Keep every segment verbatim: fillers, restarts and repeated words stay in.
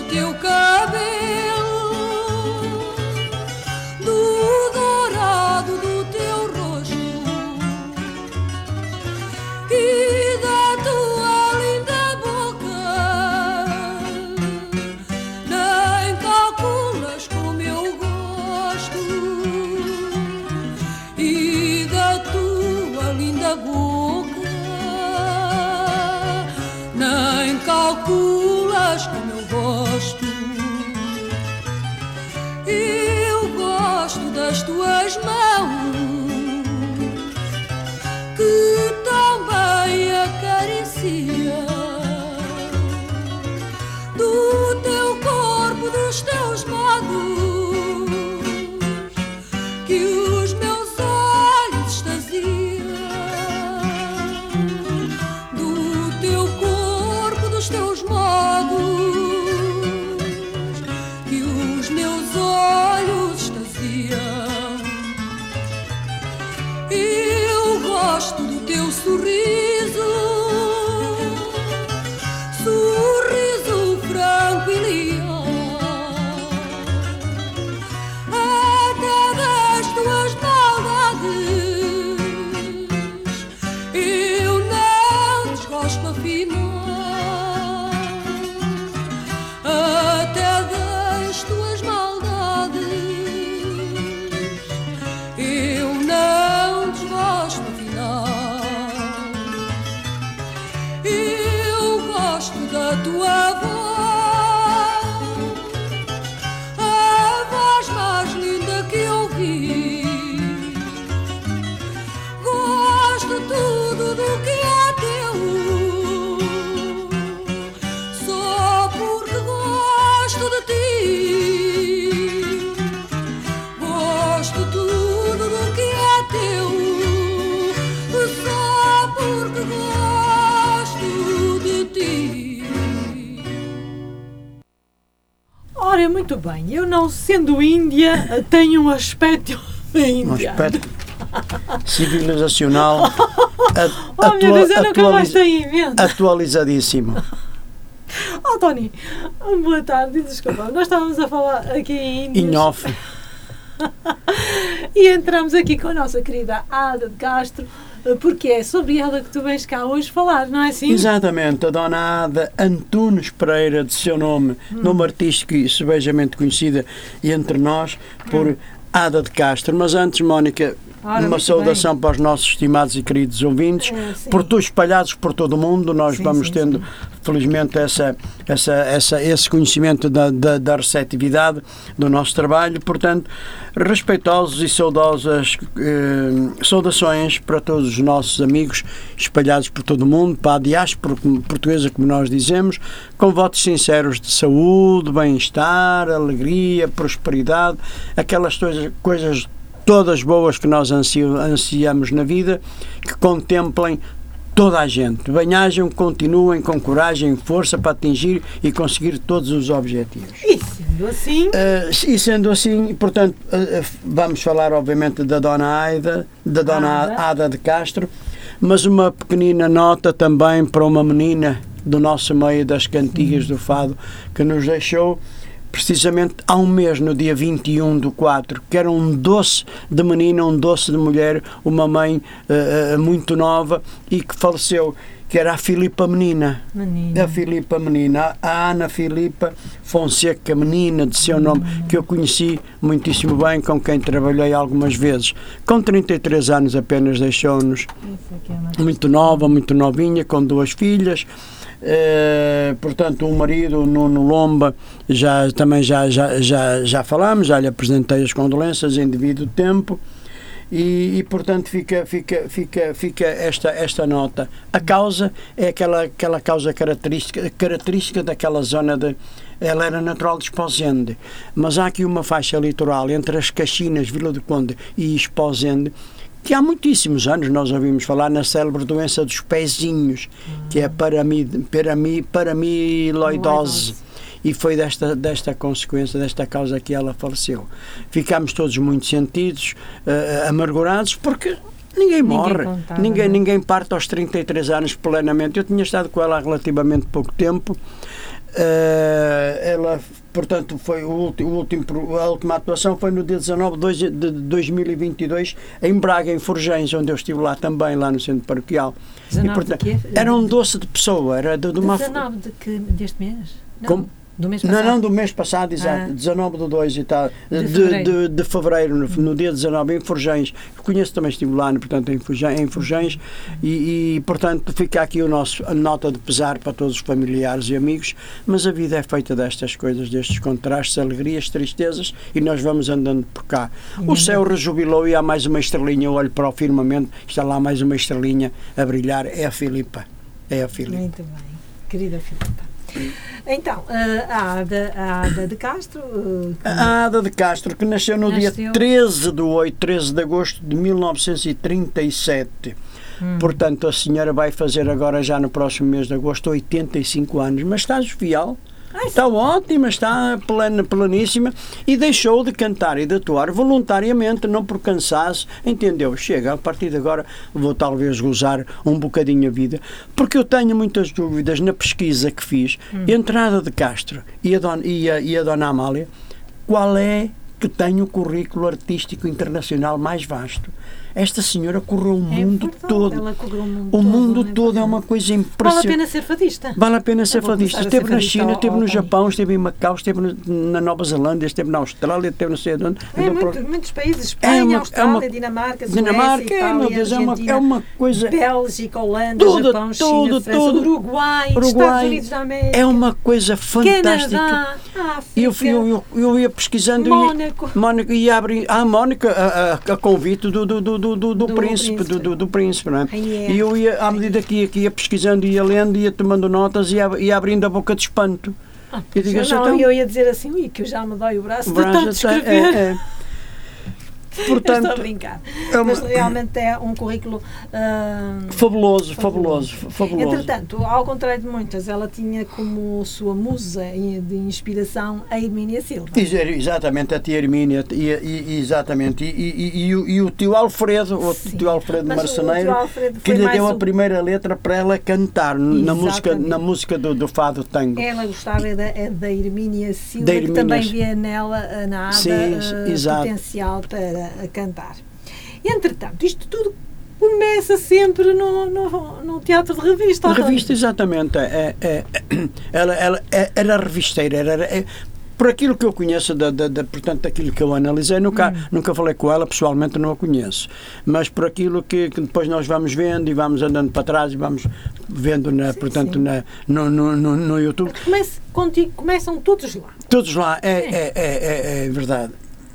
teu cabelo, do dourado do teu rosto e da tua linda boca. Nem calculas como eu gosto e da tua linda boca. Nem calculas como eu gosto. Eu gosto das tuas mãos que tão bem acariciam, do teu corpo, dos teus modos que os meus olhos extasiam, do teu corpo, dos teus modos que os meus olhos extasiam. Eu gosto do teu sorriso, sorriso franco e leal, até das tuas maldades eu não desgosto afinal, até das tuas maldades eu não desgosto afinal. Eu gosto da tua voz, a voz mais linda que eu vi. Gosto de tudo do que é teu, só porque gosto de ti. Gosto de tudo do que é teu, só porque gosto de ti. Ora, muito bem, eu não sendo Índia, tenho um aspecto Um índia. aspecto civilizacional a, Oh meu Deus, eu nunca mais atualiza- tenho em mente. atualizadíssimo. Oh Tony, boa tarde, desculpa, nós estávamos a falar aqui em Índia Em off. e entramos aqui com a nossa querida Ada de Castro, porque é sobre ela que tu vens cá hoje falar, não é assim? Exatamente, a dona Ada Antunes Pereira, de seu nome, Hum. nome artístico e sebejamente conhecida entre nós por Ada de Castro. Mas antes, Mónica, Ora, uma muito saudação para os nossos estimados e queridos ouvintes, É, sim. por todos espalhados por todo o mundo. Nós Sim, vamos sim, tendo, sim. felizmente, essa, essa, essa, esse conhecimento da, da, da receptividade do nosso trabalho. Portanto, respeitosos e saudosas eh, saudações para todos os nossos amigos espalhados por todo o mundo, para a diáspora portuguesa, como nós dizemos, com votos sinceros de saúde, bem-estar, alegria, prosperidade, aquelas coisas, coisas todas boas que nós ansio, ansiamos na vida, que contemplem toda a gente. Bem-ajam, continuem com coragem e força para atingir e conseguir todos os objetivos. E sendo assim, Uh, e sendo assim, portanto, uh, uh, vamos falar obviamente da Dona Aida, da Dona Ada. Ada de Castro, mas uma pequenina nota também para uma menina do nosso meio das cantigas do fado, que nos deixou precisamente há um mês, no dia vinte e um do quatro, que era um doce de menina, um doce de mulher, uma mãe uh, uh, muito nova e que faleceu, que era a Filipa Menina. menina, A Filipa Menina, a Ana Filipa Fonseca Menina, de seu nome, que eu conheci muitíssimo bem, com quem trabalhei algumas vezes. Com trinta e três anos apenas deixou-nos, isso aqui é uma- muito nova, muito novinha, com duas filhas. Eh, portanto, um marido, o Nuno Lomba, já, também já, já, já, já falámos, já lhe apresentei as condolências em devido tempo. E, e, portanto fica, fica, fica, fica esta, esta nota. A causa é aquela, aquela causa característica, característica daquela zona de... Ela era natural de Esposende, mas há aqui uma faixa litoral entre as Caxinas, Vila do Conde e Esposende, que há muitíssimos anos nós ouvimos falar na célebre doença dos pezinhos, que é a parami, parami, paramiloidose. E foi desta, desta consequência, desta causa que ela faleceu. Ficámos todos muito sentidos, uh, amargurados, porque ninguém morre, contava, ninguém, não é? ninguém parte aos trinta e três anos plenamente. Eu tinha estado com ela há relativamente pouco tempo, Uh, ela, portanto, foi o último, o último, a última atuação foi no dia dezanove de dois mil e vinte e dois em Braga, em Forjães, onde eu estive lá também, lá no centro paroquial. dezanove E, portanto, de quê? era um doce de pessoa, era de, de uma... dezanove de que, deste mês? Não, Como? do mês passado? Não, não, do mês passado, exato, Ah. dezanove de dois e tal, De de, fevereiro. de, de fevereiro, no, no dia dezanove, em Forjães. Eu conheço também, estive lá, portanto, em Forjães, em Forjães e, e, portanto, fica aqui o nosso, a nota de pesar para todos os familiares e amigos, mas a vida é feita destas coisas, destes contrastes, alegrias, tristezas, e nós vamos andando por cá. O céu rejubilou e há mais uma estrelinha, eu olho para o firmamento, está lá mais uma estrelinha a brilhar, é a Filipa, é a Filipa. Muito bem, querida Filipa. Então, a Ada, a Ada de Castro... uh, A Ada de Castro, que nasceu no Nasceu. dia treze de oito, treze de agosto de mil novecentos e trinta e sete. Hum. Portanto, a senhora vai fazer agora, já no próximo mês de agosto, oitenta e cinco anos. Mas está jovial, Ai, está ótima, está plena, pleníssima e deixou de cantar e de atuar voluntariamente, não por cansaço, entendeu? Chega, a partir de agora vou talvez gozar um bocadinho a vida, porque eu tenho muitas dúvidas na pesquisa que fiz Hum. entre a Ada de Castro e a, Dona, e, a, e a Dona Amália, qual é que tem o currículo artístico internacional mais vasto. Esta senhora correu o é mundo verdade, todo. ela correu o mundo O todo, mundo não é todo é verdade? uma coisa Vale a impressionante. pena ser fadista. Vale a pena ser Eu vou fadista. começar a Esteve ser na fadista China, ao- esteve ao no país. Japão, esteve em Macau, esteve no- na Nova Zelândia, esteve na Austrália, esteve não sei de onde. É, Então, muito, muitos países, Espanha, É uma- Austrália, é uma- Dinamarca, Dinamarca, Suécia, é, Itália, meu Deus, é uma, Argentina, é uma coisa. Bélgica, Holanda, Tudo, Japão, tudo, China, França, tudo. Uruguai, Estados Uruguai, Unidos da América, É uma coisa fantástica. Canadá, África, Eu, fui, eu, eu, eu ia pesquisando Mónaco. e Mónaco ia abrir. Ah, Mónica, a, a, a convite do, do, do, do, do, do Do príncipe, príncipe. do, do, do príncipe, não é? Rainier. E eu ia, à medida que ia, que ia pesquisando, ia lendo, ia tomando notas e ia, ia abrindo a boca de espanto. Ah, Eu digo eu assim, não, então- eu ia dizer assim, ui, que eu já me dói o braço, O de tanto braço até- escrever. é, é. Estou a Portanto, brincar. é uma- Mas realmente é um currículo ah, fabuloso, fabuloso, fabuloso. Entretanto, ao contrário de muitas, ela tinha como sua musa de inspiração a Hermínia Silva. Ex- Exatamente, a tia Hermínia, e, e- exatamente, e, e- e- e o, e o tio Alfredo, o Sim. tio Alfredo Mas o Marceneiro, tio Alfredo que foi lhe mais deu a um- primeira letra para ela cantar na música, Exatamente. na música do, do Fado Tango. Ela gostava da, é da Hermínia Silva, Da que Hermínia também Silva. via nela, ah, na Ada, Sim, ah, exato. potencial para ah, cantar. Entretanto, isto tudo começa sempre no, no, no teatro de revista. A António. revista, exatamente, é, é, ela, ela é- era revisteira, era, é, por aquilo que eu conheço, da, da, da- portanto, daquilo que eu analisei, nunca, Hum. nunca falei com ela, pessoalmente não a conheço, mas por aquilo que, que depois nós vamos vendo e vamos andando para trás e vamos vendo, na, Sim, portanto, sim. na, no, no, no, no YouTube, Comece contigo, começam todos lá. todos lá, é, é, é, é, é verdade.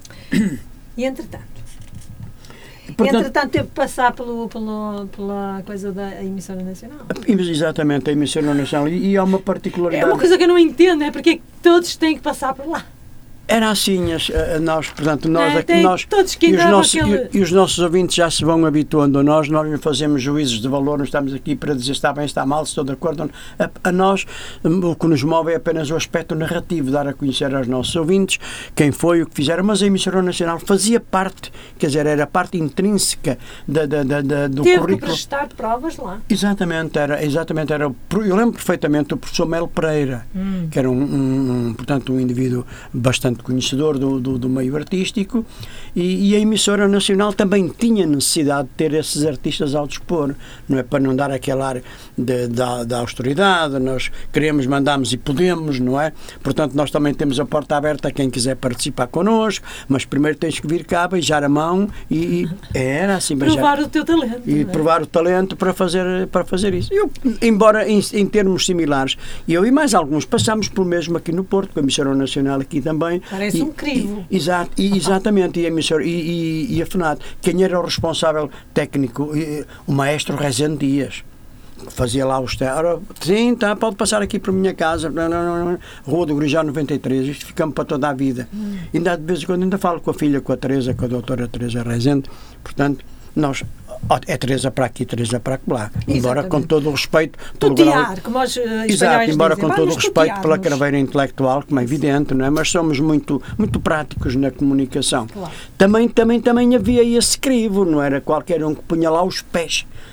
E entretanto, Portanto, entretanto teve que passar pelo, pelo, pela coisa da emissora nacional. exatamente, a emissora nacional, e, e há uma É particularidade. uma coisa que eu não entendo, é porque é que todos têm que passar por lá. Era assim, as- a- a nós, portanto, nós, Não é? aqui, Tem nós todos que e, os entravam nossos, aquele- e, e os nossos ouvintes já se vão habituando a nós, nós não fazemos juízos de valor, não estamos aqui para dizer se está bem, se está mal, se estou de acordo. A, a nós, hum, o que nos move é apenas o aspecto narrativo, dar a conhecer aos nossos ouvintes quem foi, o que fizeram, mas a emissora nacional fazia parte, quer dizer, era parte intrínseca da, da, da, da- do Teve que currículo. prestar provas lá. Exatamente, era, exatamente, era, o pro- eu lembro perfeitamente o professor Melo Pereira, Hum. que era um, um- um, portanto, um indivíduo bastante conhecedor do, do, do meio artístico, e, e a emissora nacional também tinha necessidade de ter esses artistas ao dispor, não é, para não dar aquele ar de, da, da austeridade, nós queremos, mandamos e podemos, não é? Portanto, nós também temos a porta aberta a quem quiser participar connosco, mas primeiro tens que vir cá, beijar a mão e, e era assim, beijar. Provar o teu talento. E não é? provar o talento para fazer, para fazer isso. Eu, embora em, em termos similares, eu e mais alguns passamos pelo mesmo aqui no Porto, com a emissora nacional aqui também. Parece E- um crivo. e- exato, e, exatamente, e a emissora, e, e, e a FNAT. Quem era o responsável técnico? E, o maestro Rezende Dias. Que fazia lá os teatros. Sim, tá, pode passar aqui para a minha casa, não, não, não, Rua do Grijão noventa e três, isto ficamos para toda a vida. Hum. Ainda de vez em quando ainda falo com a filha, com a Teresa, com a doutora Teresa Rezende, portanto, nós, ó, é Teresa para aqui, Teresa para lá, embora Exatamente. com todo o respeito pelo Tutear, grau- como os uh, Exato, espanhóis embora dizem. com todo o Vamos respeito pela tutear-nos. craveira intelectual, como é evidente, não é? Mas somos muito, muito práticos na comunicação. Claro. Também, também, também havia esse crivo, não era qualquer um que punha lá os pés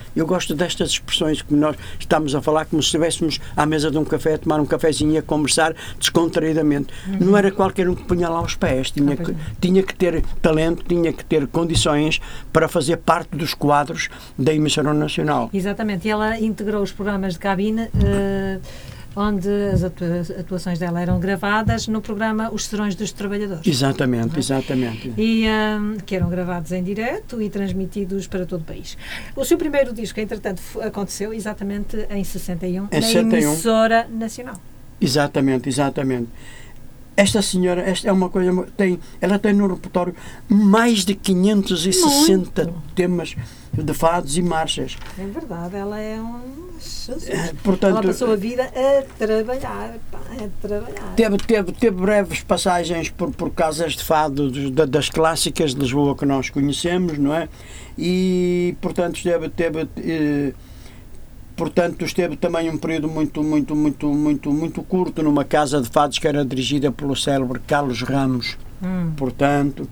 Eu gosto destas expressões que nós estamos a falar como se estivéssemos à mesa de um café, a tomar um cafezinho e a conversar descontraídamente. Uhum. Não era qualquer um que punha lá os pés, tinha, ah, que, tinha que ter talento, tinha que ter condições para fazer parte dos quadros da emissora nacional. Exatamente, e ela integrou os programas de cabine, uh, onde as atuações dela eram gravadas no programa Os Serões dos Trabalhadores. Exatamente, é? exatamente. E um, que eram gravados em direto e transmitidos para todo o país. O seu primeiro disco, entretanto, aconteceu exatamente em sessenta e um, em na sessenta e um. Emissora Nacional. Exatamente, exatamente. Esta senhora, esta é uma coisa, tem, ela tem no repertório mais de quinhentos e sessenta Muito. Temas de fados e marchas. É verdade, ela é um... É, portanto, ela passou a vida a trabalhar, a trabalhar. Teve, teve, teve breves passagens por, por casas de fado dos, das clássicas de Lisboa que nós conhecemos, não é? E, portanto, esteve... teve eh, Portanto, esteve também um período muito, muito, muito, muito, muito curto numa casa de fados que era dirigida pelo célebre Carlos Ramos. Hum. Portanto,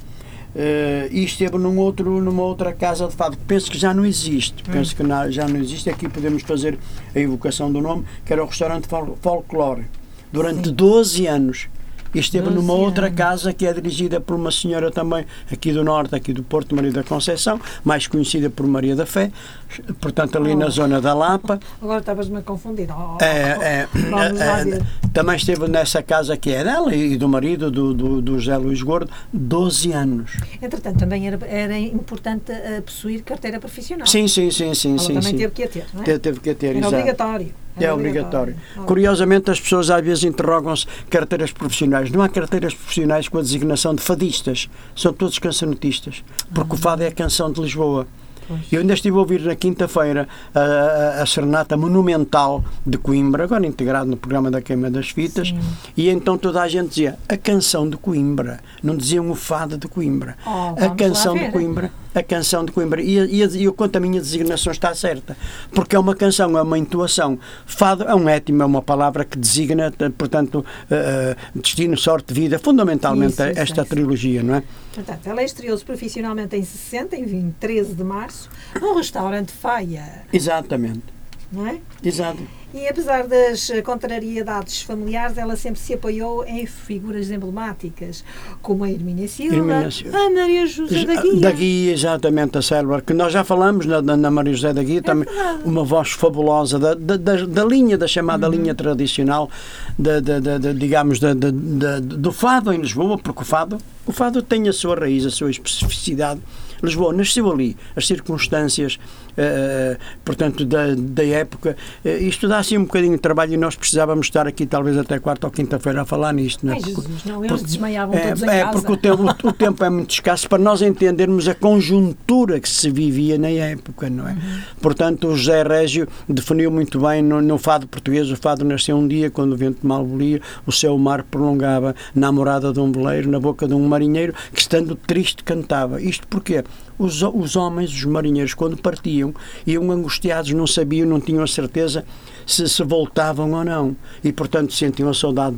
uh, e esteve num outro, numa outra casa de fado que penso que já não existe. Hum. Penso que não, já não existe. Aqui podemos fazer a evocação do nome, que era o restaurante Fol Folclore. Durante Sim. doze anos. E esteve numa outra casa que é dirigida por uma senhora também aqui do Norte, aqui do Porto, Maria da Conceição, mais conhecida por Maria da Fé, portanto ali oh. na zona da Lapa. Agora estavas-me a confundir. Oh, é, é, é, é, também esteve nessa casa que é dela e do marido, do, do, do José Luís Gordo, doze anos. Entretanto, também era, era importante uh, possuir carteira profissional. Sim, sim, sim. sim, Ela sim também sim. teve que a ter, não é? Teve, teve que a ter, Era exato. obrigatório. É obrigatório. obrigatório. Curiosamente, as pessoas às vezes interrogam-se carteiras profissionais. Não há carteiras profissionais com a designação de fadistas. São todos cancionetistas. Porque ah. o fado é a canção de Lisboa. Pois. Eu ainda estive a ouvir na quinta-feira a, a, a serenata monumental de Coimbra, agora integrado no programa da Queima das Fitas, Sim. e então toda a gente dizia a canção de Coimbra. Não diziam o fado de Coimbra. Oh, a canção de Coimbra. A canção de Coimbra. E, e, e eu conto a minha designação está certa. Porque é uma canção, é uma entoação. Fado é um étimo, é uma palavra que designa, portanto, uh, destino, sorte, vida, fundamentalmente isso, isso, esta isso. trilogia, não é? Portanto, ela estreou-se profissionalmente em sessenta, em vinte, treze de março, no restaurante Faia. Exatamente. Não é? Exato. E apesar das contrariedades familiares, ela sempre se apoiou em figuras emblemáticas, como a Hermínia Silva, Hermínia Silva. A Maria José da Guia. Da Guia, exatamente, a célebre, que nós já falamos na, na Maria José da Guia, é também verdade. Uma voz fabulosa da, da, da, da linha, da chamada uhum. linha tradicional, da, da, da, da, digamos, da, da, da, do fado em Lisboa, porque o fado, o fado tem a sua raiz, a sua especificidade. Lisboa nasceu ali, as circunstâncias, uh, portanto, da, da época. Uh, isto dá assim um bocadinho de trabalho e nós precisávamos estar aqui talvez até quarta ou quinta-feira a falar nisto. Não é? Ai, porque, Jesus, não, eles desmaiavam é, todos em é, casa. porque o tempo, o, o tempo é muito escasso para nós entendermos a conjuntura que se vivia na época, não é? Uhum. Portanto, o José Régio definiu muito bem no, no fado português. O fado nasceu um dia quando o vento mal bolia, o céu o mar prolongava na morada de um veleiro, na boca de um marinheiro que estando triste cantava. Isto porquê? Os, os homens, os marinheiros, quando partiam, iam angustiados, não sabiam, não tinham a certeza se se voltavam ou não. E, portanto, sentiam a saudade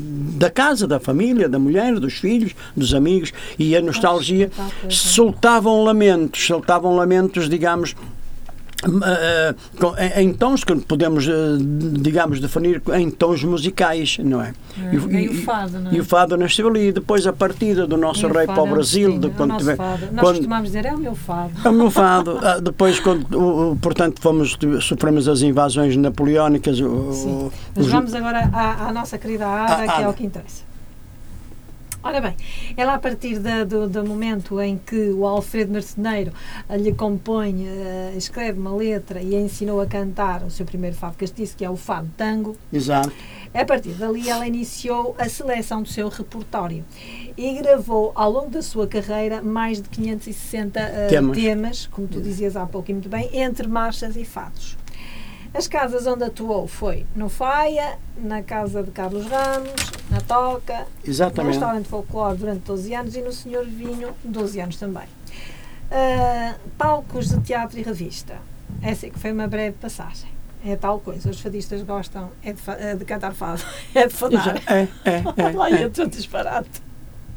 da casa, da família, da mulher, dos filhos, dos amigos, e a nostalgia. Soltavam lamentos, soltavam lamentos, digamos, em tons que podemos, digamos, definir em tons musicais, não é? É e, e, o fado, não é? E o fado nasceu ali, depois a partida do nosso rei para o Brasil, é de quando é tiver, Nós quando, costumamos dizer, é o meu fado. É o meu fado. Depois, quando, portanto, fomos, sofremos as invasões napoleónicas. Sim. Mas os, vamos agora à, à nossa querida Ada, a, que é o que interessa. Ora bem, ela a partir da, do, do momento em que o Alfredo Marceneiro lhe compõe, uh, escreve uma letra e a ensinou a cantar o seu primeiro fado castiço, que é o fado tango. Exato. A partir dali ela iniciou a seleção do seu repertório e gravou ao longo da sua carreira mais de quinhentos e sessenta uh, temas. temas, como tu dizias há pouco e muito bem, entre marchas e fados. As casas onde atuou foi no Faia, na casa de Carlos Ramos, na Toca, Exatamente. no restaurante Folclore durante doze anos e no Senhor Vinho doze anos também. Uh, palcos de teatro e revista. Essa que foi uma breve passagem. É tal coisa, os fadistas gostam é de, de cantar fado, é de fadar. É, é, é. Lá é. ia tudo disparate.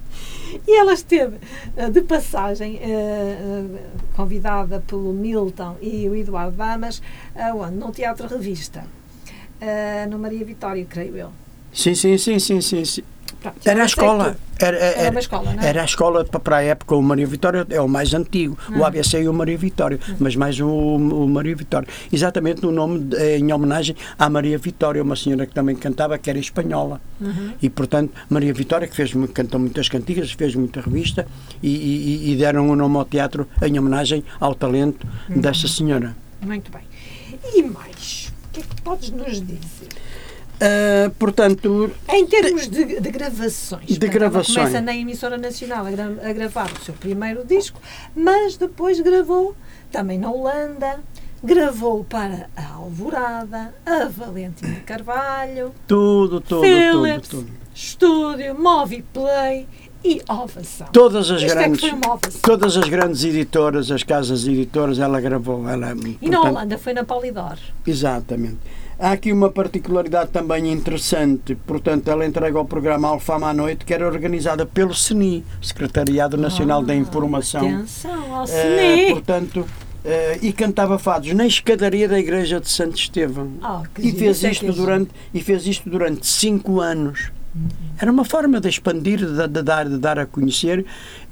E ela esteve uh, de passagem, uh, uh, convidada pelo Milton e o Eduardo Damas, uh, onde? No Teatro Revista, uh, no Maria Vitória, creio eu. Sim, sim, sim, sim, sim. sim. Pronto, era a escola. Era, era, era uma escola, não é? Era a escola para a época, o Maria Vitória é o mais antigo, uhum. o A B C e o Maria Vitória, uhum. mas mais o, o Maria Vitória. Exatamente no nome, de, em homenagem à Maria Vitória, uma senhora que também cantava, que era espanhola. Uhum. E, portanto, Maria Vitória, que fez, cantou muitas cantigas, fez muita revista, e, e, e deram o nome ao teatro em homenagem ao talento uhum. dessa senhora. Muito bem. E mais? O que é que podes nos dizer? Uh, portanto, em termos de, de gravações, de portanto, gravações. Ela começa na emissora nacional a, gra a gravar o seu primeiro disco, mas depois gravou também na Holanda, gravou para a Alvorada, a Valentim de Carvalho, tudo, tudo, Philips, tudo, tudo. Estúdio, Moviplay e Ovação. Todas as Isto grandes, é que foi uma ovação. todas as grandes editoras, as casas editoras, ela gravou. Ela, e portanto, na Holanda foi na Polydor. Exatamente. Há aqui uma particularidade também interessante, portanto, ela entrega ao programa Alfama à Noite, que era organizada pelo C N I, Secretariado Nacional ah, da Informação. Atenção ao C N I! Uh, portanto, uh, e cantava fados na escadaria da Igreja de Santo Estevão. Oh, e, fez isto é durante, e fez isto durante cinco anos. Era uma forma de expandir, de, de, dar, de dar a conhecer.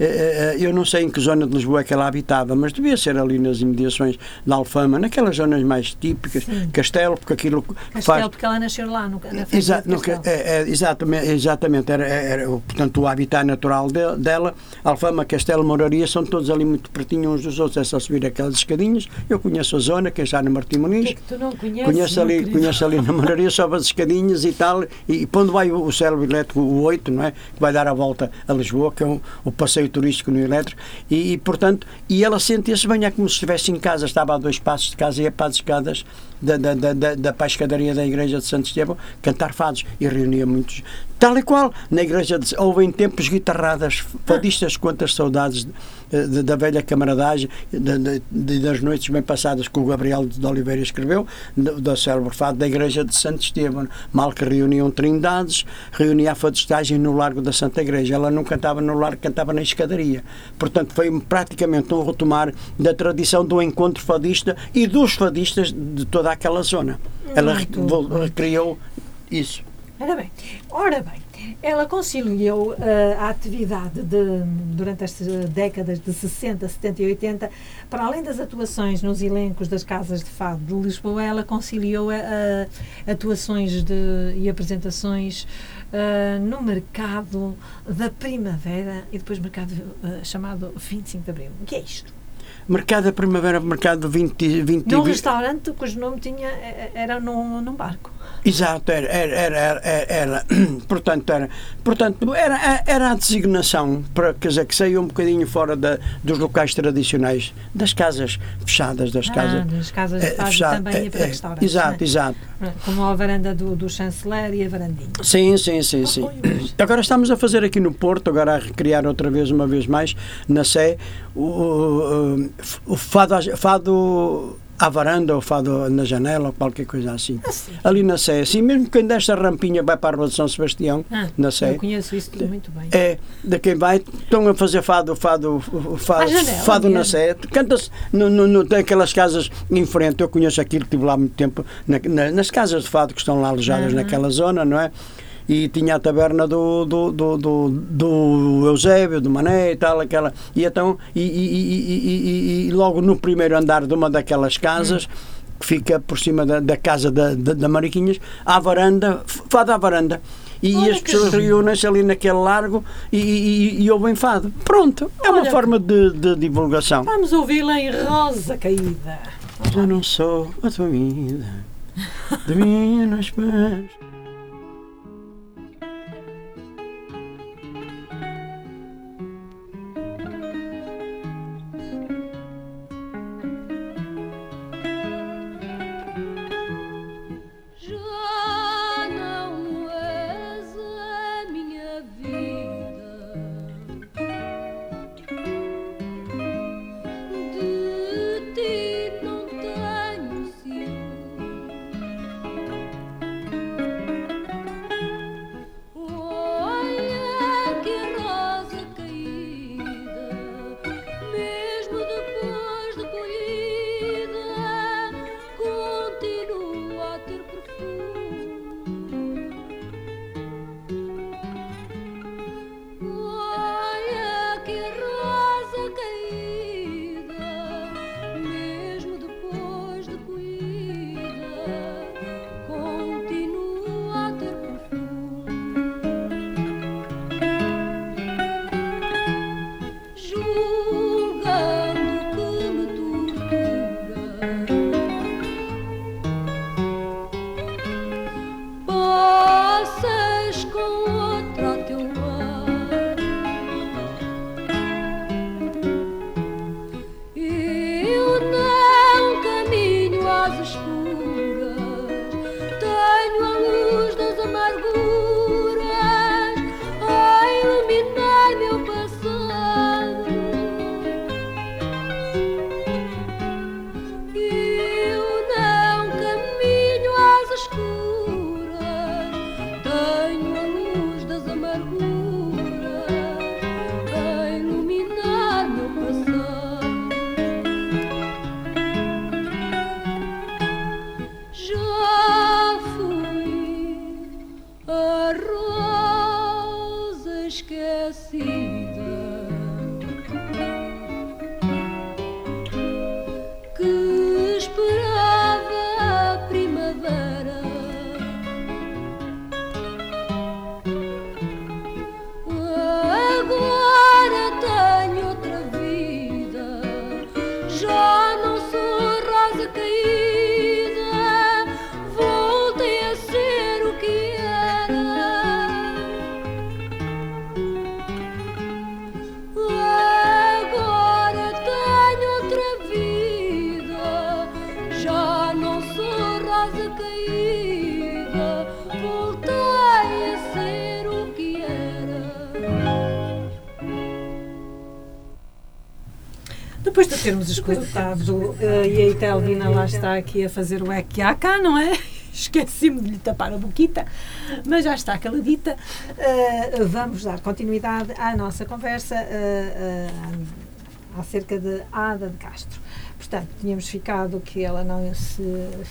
Eu não sei em que zona de Lisboa é que ela habitava, mas devia ser ali nas imediações da Alfama, naquelas zonas mais típicas. Sim. Castelo, porque aquilo Castelo, faz... porque ela nasceu lá, no, na Exa no, é, é, Exatamente, exatamente era, era, portanto, o habitat natural de, dela. Alfama, Castelo, Moraria, são todos ali muito pertinho uns dos outros, é só subir aquelas escadinhas. Eu conheço a zona, quem está no Martim Muniz. Que é que tu não conheces, conheço, ali, conheço ali na Moraria, sobe as escadinhas e tal, e, e quando vai o, o cérebro elétrico, o oito, não é? Que vai dar a volta a Lisboa, que é um, o passeio turístico no elétrico, e, e portanto, e ela sentia-se bem, é como se estivesse em casa, estava a dois passos de casa e ia para as escadas da, da, da, da, da pescadaria da Igreja de Santo Estevão, cantar fados, e reunia muitos, tal e qual, na Igreja de, houve em tempos guitarradas, fadistas, quantas saudades de, de, da velha camaradagem, de, de, de, das noites bem passadas que o Gabriel de Oliveira escreveu, do célebre fado da Igreja de Santo Estevão, mal que reuniam trindades, reunia a fadistagem no Largo da Santa Igreja. Ela não cantava no largo, cantava na escadaria. Portanto, foi praticamente um retomar da tradição do encontro fadista e dos fadistas de toda aquela zona. Ela recriou isso. Ora bem, ora bem, ela conciliou uh, a atividade de, durante estas décadas de sessenta, setenta e oitenta, para além das atuações nos elencos das casas de fado de Lisboa, ela conciliou uh, atuações de, e apresentações uh, no mercado da primavera e depois mercado uh, chamado vinte e cinco de Abril. O que é isto? Mercado da Primavera, mercado vinte, vinte num restaurante cujo nome tinha, era num, num barco. Exato, era, era, era, era, era portanto, era, portanto era, era a designação, para, quer dizer, que saiu um bocadinho fora da, dos locais tradicionais, das casas fechadas, das ah, casas... das casas de fado é, também ia para é, restaurantes. Exato, é? exato. Como a varanda do, do chanceler e a varandinha. Sim, sim, sim, sim. Oh, agora estamos a fazer aqui no Porto, agora a recriar outra vez, uma vez mais, na Sé, o, o, o fado, fado à varanda ou fado na janela ou qualquer coisa assim. assim. Ali na Sé, assim, mesmo quem desta rampinha vai para a Rua de São Sebastião, ah, na Sé. Eu conheço isso tudo muito bem. É, de quem vai, estão a fazer fado, fado, fado, janela, fado na Sé. Canta-se no, no, no, naquelas casas em frente, eu conheço aquilo, estive lá há muito tempo, na, na, nas casas de fado que estão lá alojadas uhum. naquela zona, não é? E tinha a taberna do, do, do, do, do Eusébio, do Mané e tal, aquela, e então, e, e, e, e, e logo no primeiro andar de uma daquelas casas, hum. que fica por cima da, da casa da, da, da Mariquinhas, à varanda, fado à varanda. E, e as pessoas reúnem-se ali naquele largo e, e, e ouvem fado. Pronto, é uma Olha, forma de, de divulgação. Vamos ouvi-la em Rosa Caída. Já não sou a tua vida, de mim nas pés. rosa esquecida que esperava a primavera. Agora tenho outra vida, já não sou rosa caída, voltei a ser o que era. Agora tenho outra vida, já não sou rosa caída, voltei a ser o que era. Depois de termos escutado, uh, e a Itelvina lá está aqui a fazer o equiaca, não é? Esqueci-me de lhe tapar a boquita, mas já está caladita. Uh, vamos dar continuidade à nossa conversa uh, uh, acerca de Ada de Castro. Portanto, tínhamos ficado que ela não se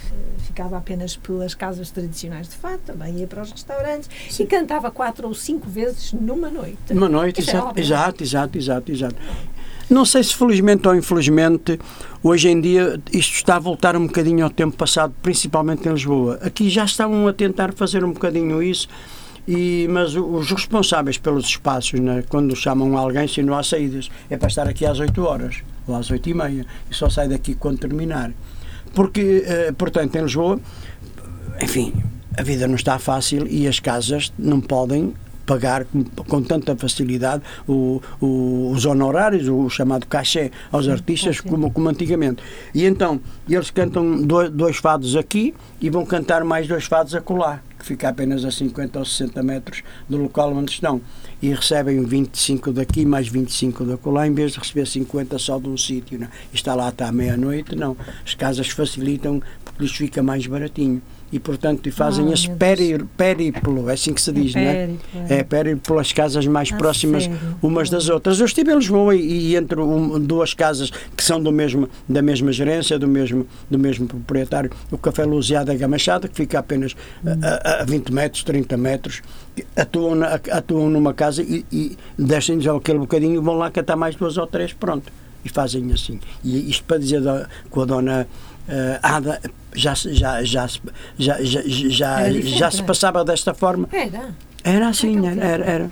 ficava apenas pelas casas tradicionais de fato, também ia para os restaurantes. Sim. E cantava quatro ou cinco vezes numa noite. Numa noite, exato, exato, exato, exato, exato. Não sei se felizmente ou infelizmente, hoje em dia isto está a voltar um bocadinho ao tempo passado, principalmente em Lisboa. Aqui já estavam a tentar fazer um bocadinho isso, e, mas os responsáveis pelos espaços, né, quando chamam alguém, se não há saídas, é para estar aqui às oito horas, ou às oito e meia, e só sai daqui quando terminar. Porque, eh, portanto, em Lisboa, enfim, a vida não está fácil e as casas não podem pagar com, com tanta facilidade o, o, os honorários, o chamado cachê aos artistas, como, como antigamente. E então, eles cantam dois, dois fados aqui e vão cantar mais dois fados acolá, que fica apenas a cinquenta ou sessenta metros do local onde estão. E recebem vinte e cinco daqui, mais vinte e cinco da acolá, em vez de receber cinquenta só de um sítio. Não? E está lá até à meia-noite, não. As casas facilitam porque lhes fica mais baratinho. E, portanto, e fazem oh, esse péri, périplo, é assim que se diz, é, não é? É périplo pelas casas mais ah, próximas sério? umas das outras. Eu estive em Lisboa e, e entre um, duas casas que são do mesmo, da mesma gerência, do mesmo, do mesmo proprietário, o Café Luziá da Gamachada, que fica apenas hum. a, a vinte metros, trinta metros, atuam, na, atuam numa casa e, e descem-nos aquele bocadinho e vão lá cantar mais duas ou três, pronto. E fazem assim. E isto para dizer da, com a dona Uh, Ada já, já, já, já, já, já, já se passava desta forma. Era. Era assim, era. era, era.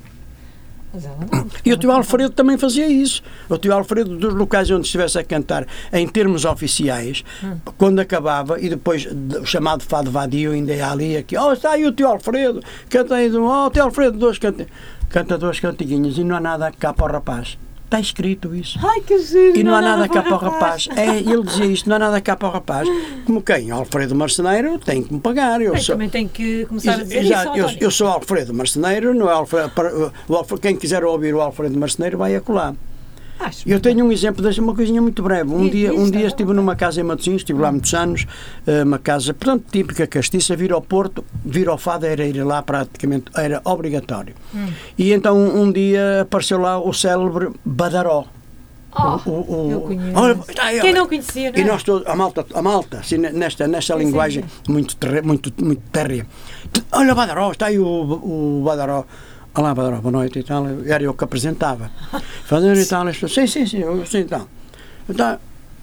Mas ela não, e o tio Alfredo também fazia isso. O tio Alfredo, dos locais onde estivesse a cantar em termos oficiais, hum. quando acabava, e depois o chamado fado vadio, ainda é ali, aqui, oh, está aí o tio Alfredo, canta aí, oh, o tio Alfredo, dois canta, canta duas cantiguinhas e não há nada cá para o rapaz. Está escrito isso. Ai, que giro, e não, não há nada, nada cá para o rapaz. rapaz. É, ele dizia isto, não há nada cá para o rapaz. Como quem? Alfredo Marceneiro tem que me pagar. Eu Bem, sou... também tem que começar a dizer Exato, isso. Eu, eu sou Alfredo Marceneiro, não é Alfredo, o Alfredo, quem quiser ouvir o Alfredo Marceneiro vai acolá. Acho eu tenho um exemplo, deixa uma coisinha muito breve. Um dia, um dia estive numa casa em Matosinhos, estive lá há muitos anos, uma casa, portanto, típica castiça, vir ao Porto, vir ao fado era ir lá praticamente, era obrigatório. Hum. E então um dia apareceu lá o célebre Badaró. Oh, o, o, eu conheço. Olha, está aí, quem não conhecia, não é? E nós todos, a malta, a malta assim, nesta, nesta sim, linguagem sim. muito terre, muito, muito térrea. Olha o Badaró, está aí o, o Badaró. Olá, Badaró, boa noite e tal. Era eu que apresentava. Fazendo e tal, sim, sim, sim, eu sei então. Então,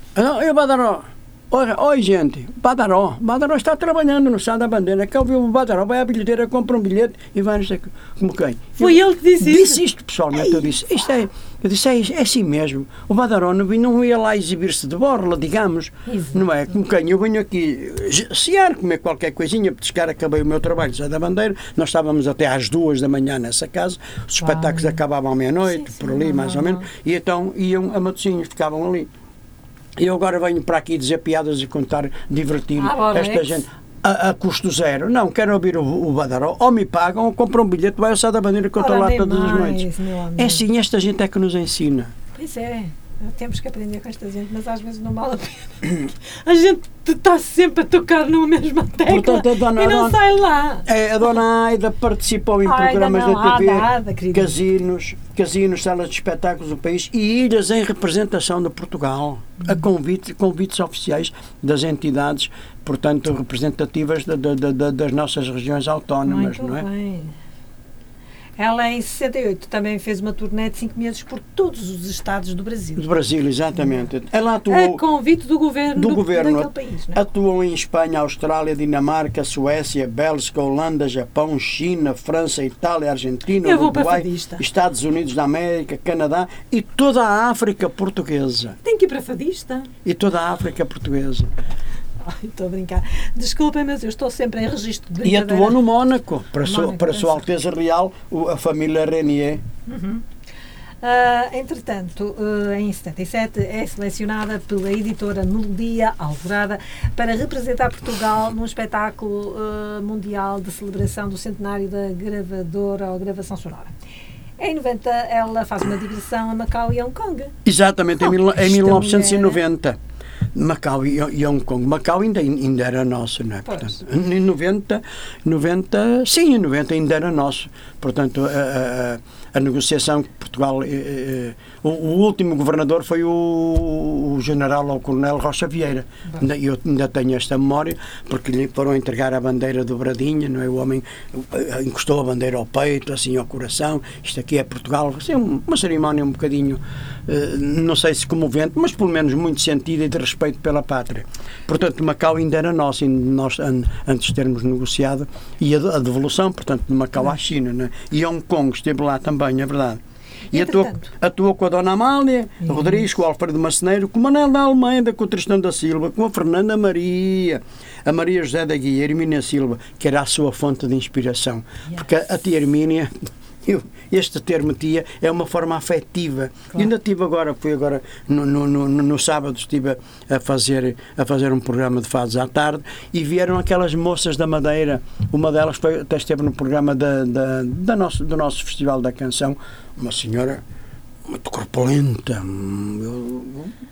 e o Badaró? Oi, oi, gente, Badaró. Badaró está trabalhando no Sá da Bandeira. Quer ouvir o Badaró? Vai à bilheteira, compra um bilhete e vai, não sei como quem. Foi eu, ele que disse isso? Disse isto, pessoalmente, é eu disse. Isto é, eu disse, é, é assim mesmo. O Badaró não, não ia lá exibir-se de borla, digamos. Exato. Não é? Como quem? Eu venho aqui cear, comer qualquer coisinha, pescar, acabei o meu trabalho no Sá da Bandeira. Nós estávamos até às duas da manhã nessa casa. Os Uau. espetáculos acabavam à meia-noite, por ali, sim, mais não, ou menos. Não. E então iam a Matosinhos, ficavam ali. E eu agora venho para aqui dizer piadas e contar, divertir ah, esta é gente a, a custo zero. Não, quero ouvir o, o Badaró, ou me pagam, ou compram um bilhete, vai ao Sá da Bandeira que eu estou lá todas mais, as noites. É assim, esta gente é que nos ensina. Pois é, temos que aprender com esta gente, mas às vezes não vale a pena. A gente está sempre a tocar numa mesma tecla. Portanto, a dona, e não a dona, sai lá. É, a dona Aida participou em Aida programas não, da T V, Ada, Ada, casinos, casinos, salas de espetáculos do país e ilhas em representação de Portugal, hum. a convite, convites oficiais das entidades, portanto, representativas de, de, de, de, das nossas regiões autónomas. Muito não é? Bem. Ela, em sessenta e oito, também fez uma turnê de cinco meses por todos os estados do Brasil. Do Brasil, exatamente. Ela atuou... A convite do governo, do do, governo daquele país. Não é? Atuou em Espanha, Austrália, Dinamarca, Suécia, Bélgica, Holanda, Japão, China, França, Itália, Argentina, Eu vou para Uruguai, fadista. Estados Unidos da América, Canadá e toda a África portuguesa. Tem que ir para fadista. E toda a África portuguesa. Ai, estou a brincar. Desculpem, mas eu estou sempre em registro de E brincadeira. atuou no Mónaco, para, Mónaco, sua, para é Sua certo. Alteza Real, o- a família Renier. Uhum. Ah, entretanto, ah, em setenta e sete é selecionada pela editora Melodia Alvorada para representar Portugal num espetáculo ah, mundial de celebração do centenário da gravadora ou gravação sonora. Em noventa ela faz uma digressão a Macau e Hong Kong. Exatamente, em, Oh, mil- em esta mil novecentos e noventa. Macau e e Hong Kong. Macau ainda, ainda era nosso, não é? Pois. Portanto, em noventa, noventa, sim, em noventa ainda era nosso. Portanto, a, a, a negociação que Portugal... Eh, eh, o, o último governador foi o, o general ou coronel Rocha Vieira. Ainda, eu ainda tenho esta memória, porque lhe foram entregar a bandeira do Bradinha, não é? O homem eh, encostou a bandeira ao peito, assim ao coração. Isto aqui é Portugal. Assim, uma cerimónia um bocadinho, eh, não sei se comovente, mas pelo menos muito sentida e de respeito pela pátria. Portanto, Macau ainda era nosso, ainda nós, an- antes de termos negociado, e a, a devolução, portanto, de Macau à China, não é? E Hong Kong esteve lá também, é verdade. E atuou, Entretanto. atuou com a Dona Amália Rodrigues, com o Alfredo Marceneiro, com o Manel da Almeida, com o Tristão da Silva, com a Fernanda Maria, a Maria José da Guia, a Hermínia Silva, que era a sua fonte de inspiração. Porque a, a tia Hermínia, eu, este termo tia é uma forma afetiva. Claro. E ainda estive agora, fui agora no, no, no, no sábado, estive a fazer, a fazer um programa de fados à tarde e vieram aquelas moças da Madeira. Uma delas foi, até esteve no programa da, da, da nosso, do nosso Festival da Canção, uma senhora muito corpulenta. Eu,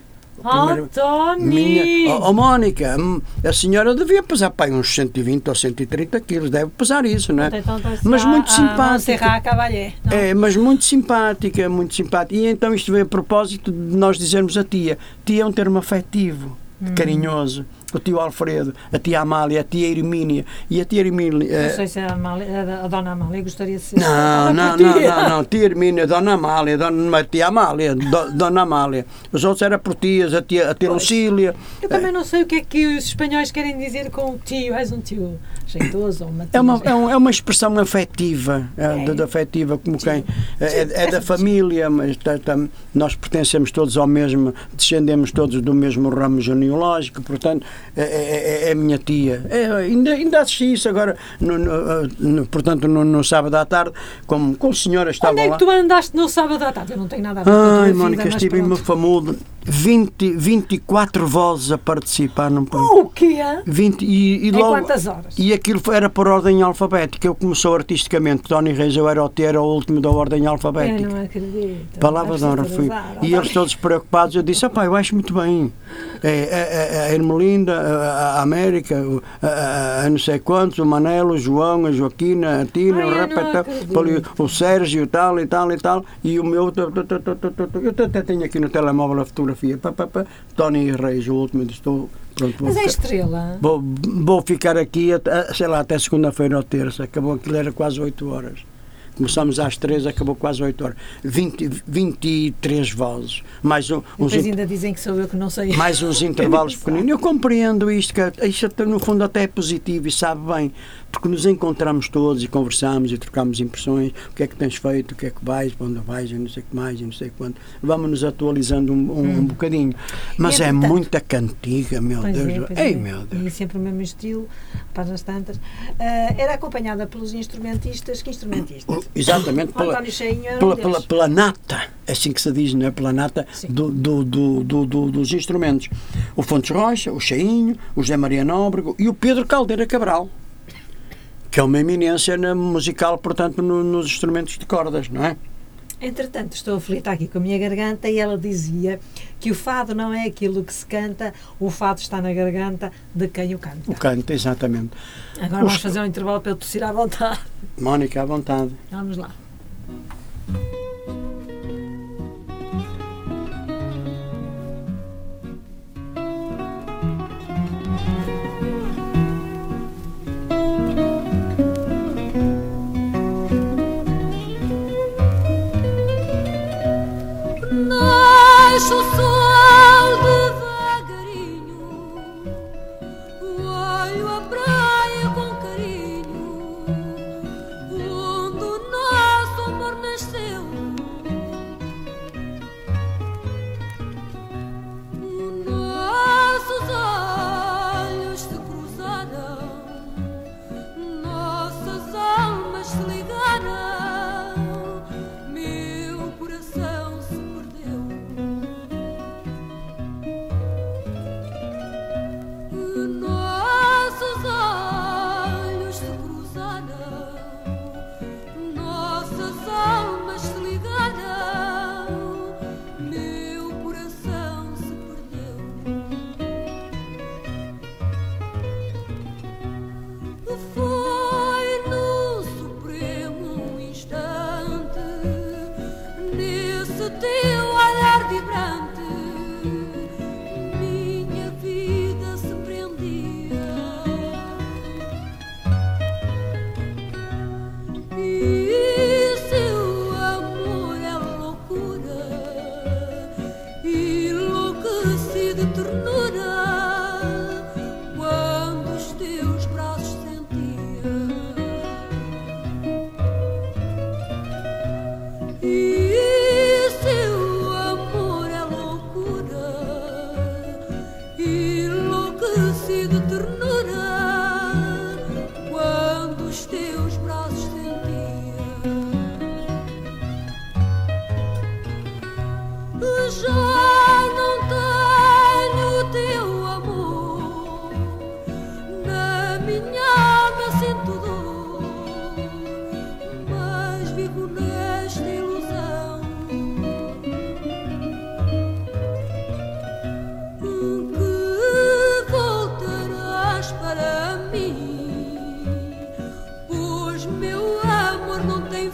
Oh, Tony! minha, oh, oh, Mónica, hum, a senhora devia pesar pá, uns cento e vinte ou cento e trinta quilos, deve pesar isso, não é? Então, Mas muito simpática. Serra Cavalier. Não? É, mas muito simpática, muito simpática. E então isto veio a propósito de nós dizermos a tia. Tia é um termo afetivo, Hum. carinhoso. O tio Alfredo, a tia Amália, a tia Hermínia. E a tia Hermínia... Não eh, sei se a, Amália, a, a Dona Amália gostaria de ser. Não, Ah, não, por não, tia. não, não, tia Hermínia, Dona Amália, Dona, tia Amália, do, Dona Amália. Os outros eram por tias, a tia, a tia Pois. Lucília. Eu também não sei o que é que os espanhóis querem dizer com tio. És um tio jeitoso ou uma tia. É uma, é, um, é uma expressão afetiva, é, de, de afetiva, como quem é, é da família, mas tá, tá, nós pertencemos todos ao mesmo, descendemos todos do mesmo ramo genealógico, portanto, é, é, é a minha tia. É, ainda, ainda assisti isso agora, no, no, no, portanto, no, no sábado à tarde, como, como a senhora estava Onde é lá. que tu andaste no sábado à tarde? Eu não tenho nada a ver com a tua Ai, vida, Mónica, mas estive em pronto. Mafamudo, vinte, vinte e quatro vozes a participar num programa. O quê? vinte, e, e Em logo, quantas horas? e aquilo foi- era por ordem alfabética. Eu começou artisticamente. Tony Reis, eu era o T, era o último da ordem Eu alfabética. não acredito. Palavra de É honra, preciso fui. azar, E ó, eles todos preocupados. Eu disse: "Opá, eu acho muito bem. É, é, é, a Hermelinda, a, a América, o- a, a, a não sei quantos, o Manelo, o João, a Joaquina, a Tina, Ai, o eu não Rapatão, acredito. o Sérgio, tal e tal e tal. E o meu. tu, tu, tu, tu, tu, tu, tu. Eu até tenho aqui no telemóvel a fotografia. Pá, pá, pá. Tony Reis, o último. Estou. Pronto, vou Mas é ficar- estrela. Vou, vou ficar aqui, até, sei lá, até segunda-feira ou terça. Acabou aquilo, era quase oito horas. Começámos às três, acabou quase oito horas. vinte, vinte e três vozes. Mais, um, uns, Depois in- ainda dizem que sou eu que não sei. mais uns intervalos pequeninos. Eu compreendo isto, que isto até, no fundo até é positivo e sabe bem, porque nos encontramos todos e conversamos e trocamos impressões. O que é que tens feito, o que é que vais, para onde vais, e não sei o que mais, e não sei quanto. Vamos nos atualizando um, um, um Hum. bocadinho. Mas E, é entretanto- muita cantiga, meu Pois Deus. é, pois Ei, é. meu Deus. E sempre o mesmo estilo, para as tantas. Ah, era acompanhada pelos instrumentistas. Que instrumentistas? Exatamente, O pela, António Cheinho era um pela, deles. pela, pela nata, é assim que se diz, não é? Pela nata Sim. do, do, do, do, do- dos instrumentos. O Fontes Rocha, o Cheinho, o José Maria Nóbrego e o Pedro Caldeira Cabral, que é uma eminência na musical, portanto, no- nos instrumentos de cordas, não é? Entretanto, estou aflita aqui com a minha garganta e ela dizia que o fado não é aquilo que se canta, o fado está na garganta de quem o canta. O canto, exatamente. Agora Os- vamos fazer um intervalo para eu tossir à vontade. Mónica, à vontade. Vamos lá.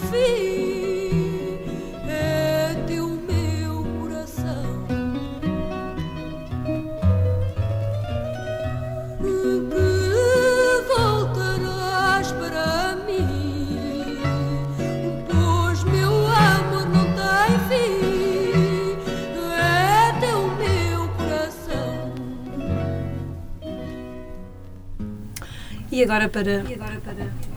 fim, é teu meu coração que voltarás para mim, pois meu amor não tem fim, é teu meu coração. E agora para... E agora para...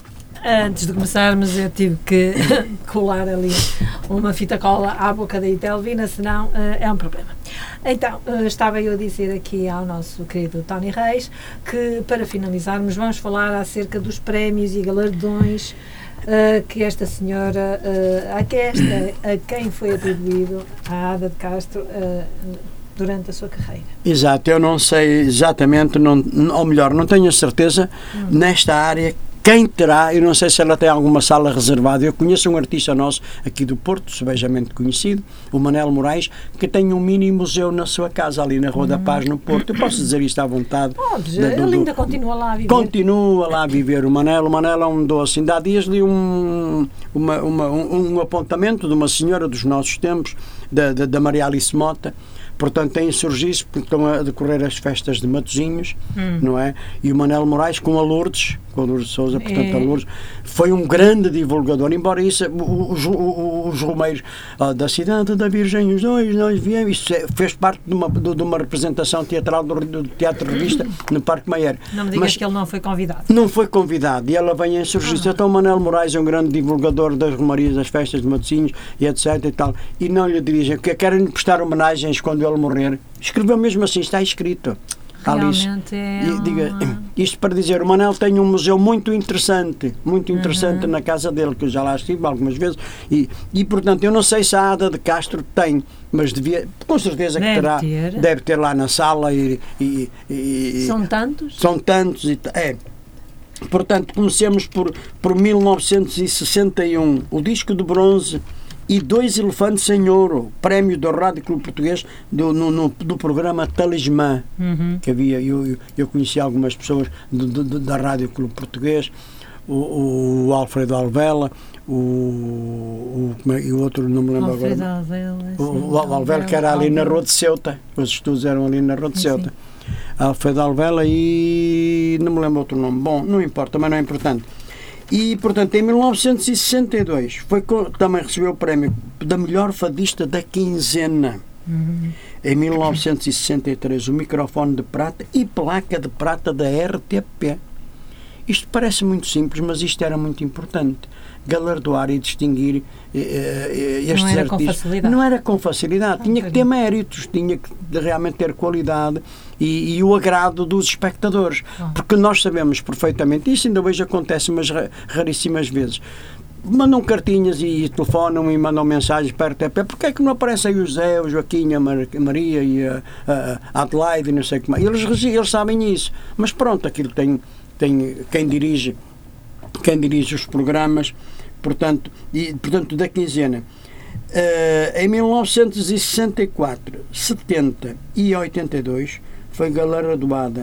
Antes de começarmos, eu tive que colar ali uma fita cola à boca da Itelvina, senão uh, é um problema. Então, uh, estava eu a dizer aqui ao nosso querido Tony Reis que, para finalizarmos, vamos falar acerca dos prémios e galardões uh, que esta senhora, uh, a, que esta, a quem foi atribuído, a Ada de Castro, uh, durante a sua carreira. Exato, eu não sei exatamente, não, ou melhor, não tenho a certeza hum. nesta área quem terá, eu não sei se ela tem alguma sala reservada. Eu conheço um artista nosso aqui do Porto, sebejamente conhecido, o Manel Moraes, que tem um mini museu na sua casa, ali na Rua hum. da Paz, no Porto. Eu posso dizer isto à vontade. Pode, ele ainda continua lá a viver. Continua lá a viver o Manel. O Manel é um doce. Ainda há dias li um, uma, uma, um, um apontamento de uma senhora dos nossos tempos, da, da, da Maria Alice Mota. Portanto, tem surgido, porque estão a decorrer as festas de Matosinhos, hum. não é? E o Manel Moraes com a Lourdes, com a Lourdes Sousa, portanto, é. a Lourdes, foi um grande divulgador, embora isso, os, os, os Romeiros ah, da cidade da Virgem, os dois, nós viemos, isso fez parte de uma, de uma representação teatral do, do Teatro Revista no Parque Maier. Não me digas Mas, que ele não foi convidado. Não foi convidado, e ela vem a surgir. Ah. Então, o Manel Moraes é um grande divulgador das Romarias, das festas de Matosinhos, e etc e tal, e não lhe dirigem, que querem prestar homenagens quando ele morrer. Escreveu mesmo assim, está escrito. Realmente é e, diga, uma... Isto para dizer, o Manel tem um museu muito interessante, muito interessante uhum. na casa dele, que eu já lá estive algumas vezes, e, e portanto eu não sei se a Ada de Castro tem, mas devia, com certeza que deve terá, ter. deve ter lá na sala e, e, e são tantos? São tantos, e, é. Portanto, comecemos por, por mil novecentos e sessenta e um, o disco de bronze e dois elefantes em ouro, prémio do Rádio Clube Português do, no, no, do programa Talismã, uhum. que havia, eu, eu, eu conheci algumas pessoas do, do, da Rádio Clube Português, o, o Alfredo Alvela, o, o, e o outro, não me lembro Alfredo agora. Alvela, o, o, o Alvela, que era ali na Rua de Ceuta, os estudos eram ali na Rua de Ceuta. Sim. Alfredo Alvela e não me lembro outro nome. Bom, não importa, mas não é importante. E, portanto, em mil novecentos e sessenta e dois foi, também recebeu o prémio da melhor fadista da quinzena. Uhum. Em mil novecentos e sessenta e três, o microfone de prata e placa de prata da R T P. Isto parece muito simples, mas isto era muito importante. Galardoar e distinguir eh, estes não era artistas. Com facilidade. Não era com facilidade. Ah, tinha que ter méritos, tinha que realmente ter qualidade e, e o agrado dos espectadores. Ah. Porque nós sabemos perfeitamente, isso ainda hoje acontece umas raríssimas vezes, mandam cartinhas e telefonam e mandam mensagens para a R T P. Porque é que não aparece aí o José, o Joaquim, a Maria e a, a Adelaide e não sei como é. Eles, eles sabem isso. Mas pronto, aquilo tem, tem quem dirige quem dirige os programas, portanto, e, portanto da quinzena. Uh, em mil novecentos e sessenta e quatro, setenta e oitenta e dois foi galardoada,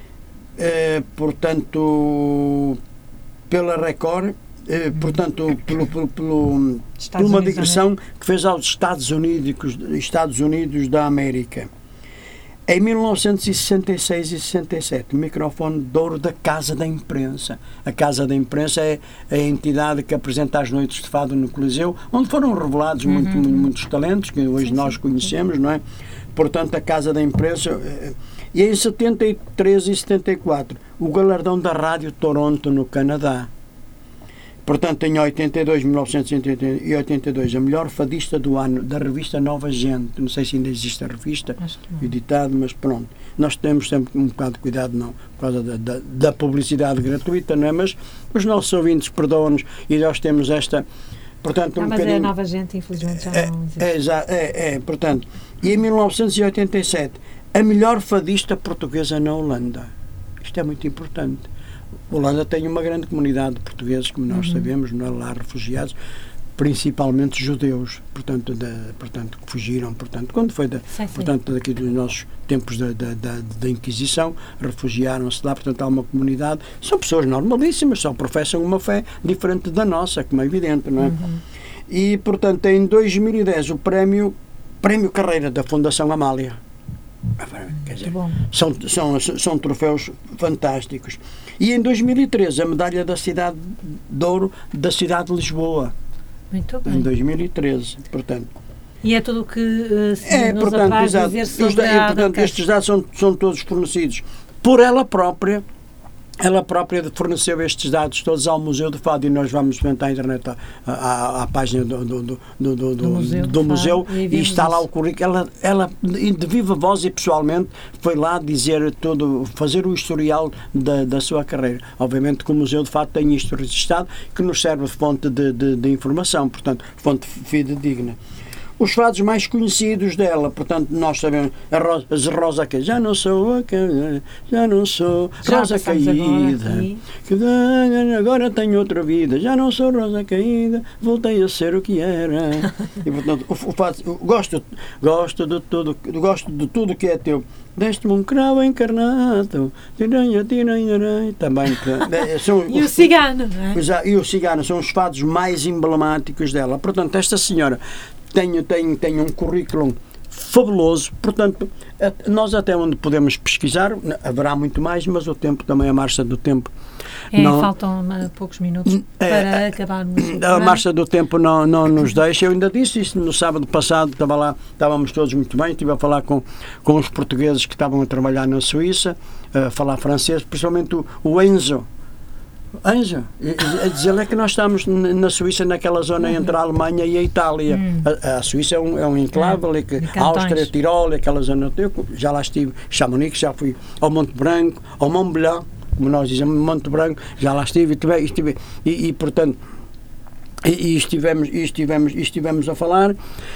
uh, portanto, pela Record, uh, portanto, pelo, pelo, pelo, por uma digressão que fez aos Estados Unidos, Estados Unidos da América. Em mil novecentos e sessenta e seis e sessenta e sete, o microfone de ouro da Casa da Imprensa. A Casa da Imprensa é a entidade que apresenta as noites de fado no Coliseu, onde foram revelados uhum. muito, muitos talentos que hoje sim, nós sim, conhecemos, sim. não é? Portanto, a Casa da Imprensa. E em setenta e três e setenta e quatro, o galardão da Rádio Toronto, no Canadá. Portanto, em oitenta e dois, mil novecentos e oitenta e dois, a melhor fadista do ano da revista Nova Gente. Não sei se ainda existe a revista editada, mas pronto. Nós temos sempre um bocado de cuidado, não, por causa da, da, da publicidade gratuita, não é? Mas os nossos ouvintes perdoam-nos e nós temos esta. Portanto, um não, mas bocadinho, é a Nova Gente, infelizmente, já é, não existe. É, é, é, portanto. E em mil novecentos e oitenta e sete, a melhor fadista portuguesa na Holanda. Isto é muito importante. A Holanda tem uma grande comunidade de portugueses, como nós uhum. sabemos, não é lá refugiados. principalmente judeus, portanto, de, portanto que fugiram, portanto, quando foi da, sim, sim. portanto, daqui dos nossos tempos da, da, da, da Inquisição, refugiaram-se lá, portanto há uma comunidade, são pessoas normalíssimas, só professam uma fé diferente da nossa, como é evidente, não é? Uhum. E, portanto, em dois mil e dez o prémio, prémio Carreira da Fundação Amália. Quer dizer, são, são, são troféus fantásticos. E em dois mil e treze a medalha da Cidade de Ouro da cidade de Lisboa. Muito bem. Em dois mil e treze, portanto. E é tudo o que uh, se é, nos portanto, apraz exato, dizer sobre os, e, portanto, estes dados são, são todos fornecidos por ela própria. Ela própria forneceu estes dados todos ao Museu do Fado e nós vamos ver à internet à, à, à página do, do, do, do, do, do museu, do museu e, e está lá o currículo. Ela, ela, de viva voz e pessoalmente, foi lá dizer tudo, fazer o historial da, da sua carreira. Obviamente que o Museu do Fado tem isto registado, que nos serve de fonte de, de, de informação, portanto, fonte fidedigna. Os fados mais conhecidos dela, portanto, nós sabemos, a Rosa, a Rosa Caída, já não sou a caída, já não sou já Rosa Caída, que agora tenho outra vida, já não sou Rosa Caída, voltei a ser o que era. E, portanto, o, o fado, gosto, gosto, de tudo, gosto de tudo que é teu. Deste-me um cravo encarnado, tiranha, tiranha, também. São, e o cigano, não é? E o cigano são os fados mais emblemáticos dela. Portanto, esta senhora tem, tem, tem um currículo fabuloso, portanto, nós até onde podemos pesquisar, haverá muito mais, mas o tempo também, a marcha do tempo. É, não, faltam uh, poucos minutos para é, acabarmos. A marcha do tempo não, não nos deixa. Eu ainda disse isso no sábado passado, estava lá, estávamos todos muito bem, estive a falar com, com os portugueses que estavam a trabalhar na Suíça, a falar francês, principalmente o, o Enzo. Enzo, a dizer-lhe que nós estamos na Suíça, naquela zona uhum. entre a Alemanha e a Itália. Uhum. A, a Suíça é um, é um enclave, uhum. ali que, a Áustria, Tirol, aquela zona. Eu já lá estive, Chamonix, já fui ao Monte Branco, ao Mont Blanc, como nós dizemos, Monte Branco, já lá estive, estive, estive e, e portanto, e, e, estivemos, e, estivemos, e estivemos a falar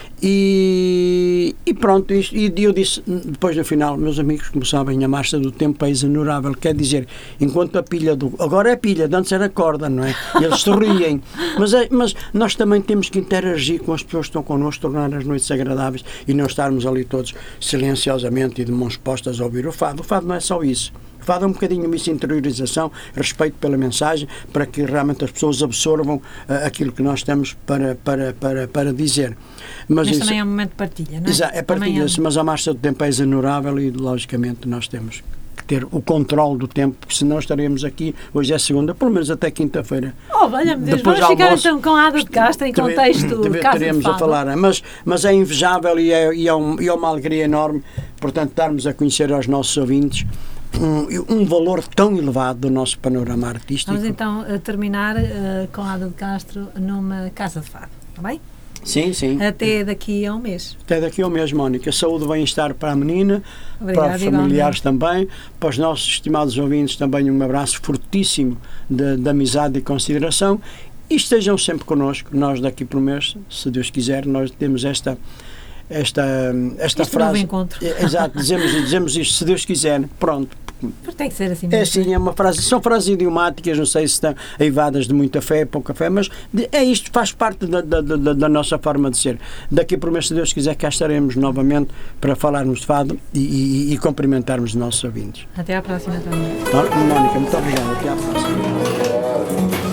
e, e pronto, e, e eu disse depois no final, meus amigos, como sabem, a marcha do tempo é exonerável, quer dizer, enquanto a pilha do... agora é pilha, de antes era corda, não é? E eles sorriem, mas, é, mas nós também temos que interagir com as pessoas que estão connosco, tornar as noites agradáveis e não estarmos ali todos silenciosamente e de mãos postas a ouvir o fado. O fado não é só isso. O fado é um bocadinho isso, interiorização, respeito pela mensagem, para que realmente as pessoas absorvam uh, aquilo que nós temos para, para, para, para dizer. Mas, mas isso, também é um momento de partilha, não é? Exato, é partilha-se, é... mas a marcha do tempo é exonerável e, logicamente, nós temos que ter o controle do tempo, porque senão estaremos aqui, hoje é segunda, pelo menos até quinta-feira. Oh, valha-me Deus, vamos ficar almoço, então com a Ada de Castro em contexto de Casa de Fado. A falar, mas, mas é invejável e é, e, é um, e é uma alegria enorme, portanto, darmos a conhecer aos nossos ouvintes Um, um valor tão elevado do nosso panorama artístico. Vamos então a terminar uh, com a Ada de Castro numa Casa de Fado, está bem? Sim, sim. Até daqui a um mês. Até daqui a um mês, Mónica. Saúde e bem-estar para a menina, Obrigada, para os familiares também, para os nossos estimados ouvintes também um abraço fortíssimo de, de amizade e consideração e estejam sempre connosco. Nós daqui por um mês, se Deus quiser, nós temos esta esta, esta este frase. Novo encontro. É, exato, dizemos, dizemos isto, se Deus quiser, pronto. Porque tem que ser assim mesmo. É assim, é uma frase, são frases idiomáticas, não sei se estão aivadas de muita fé, pouca fé, mas é isto, faz parte da, da, da, da nossa forma de ser. Daqui por um mês, se Deus quiser, cá estaremos novamente para falarmos de fado e, e, e cumprimentarmos os nossos ouvintes. Até à próxima também. Mónica, muito obrigado. Até à próxima.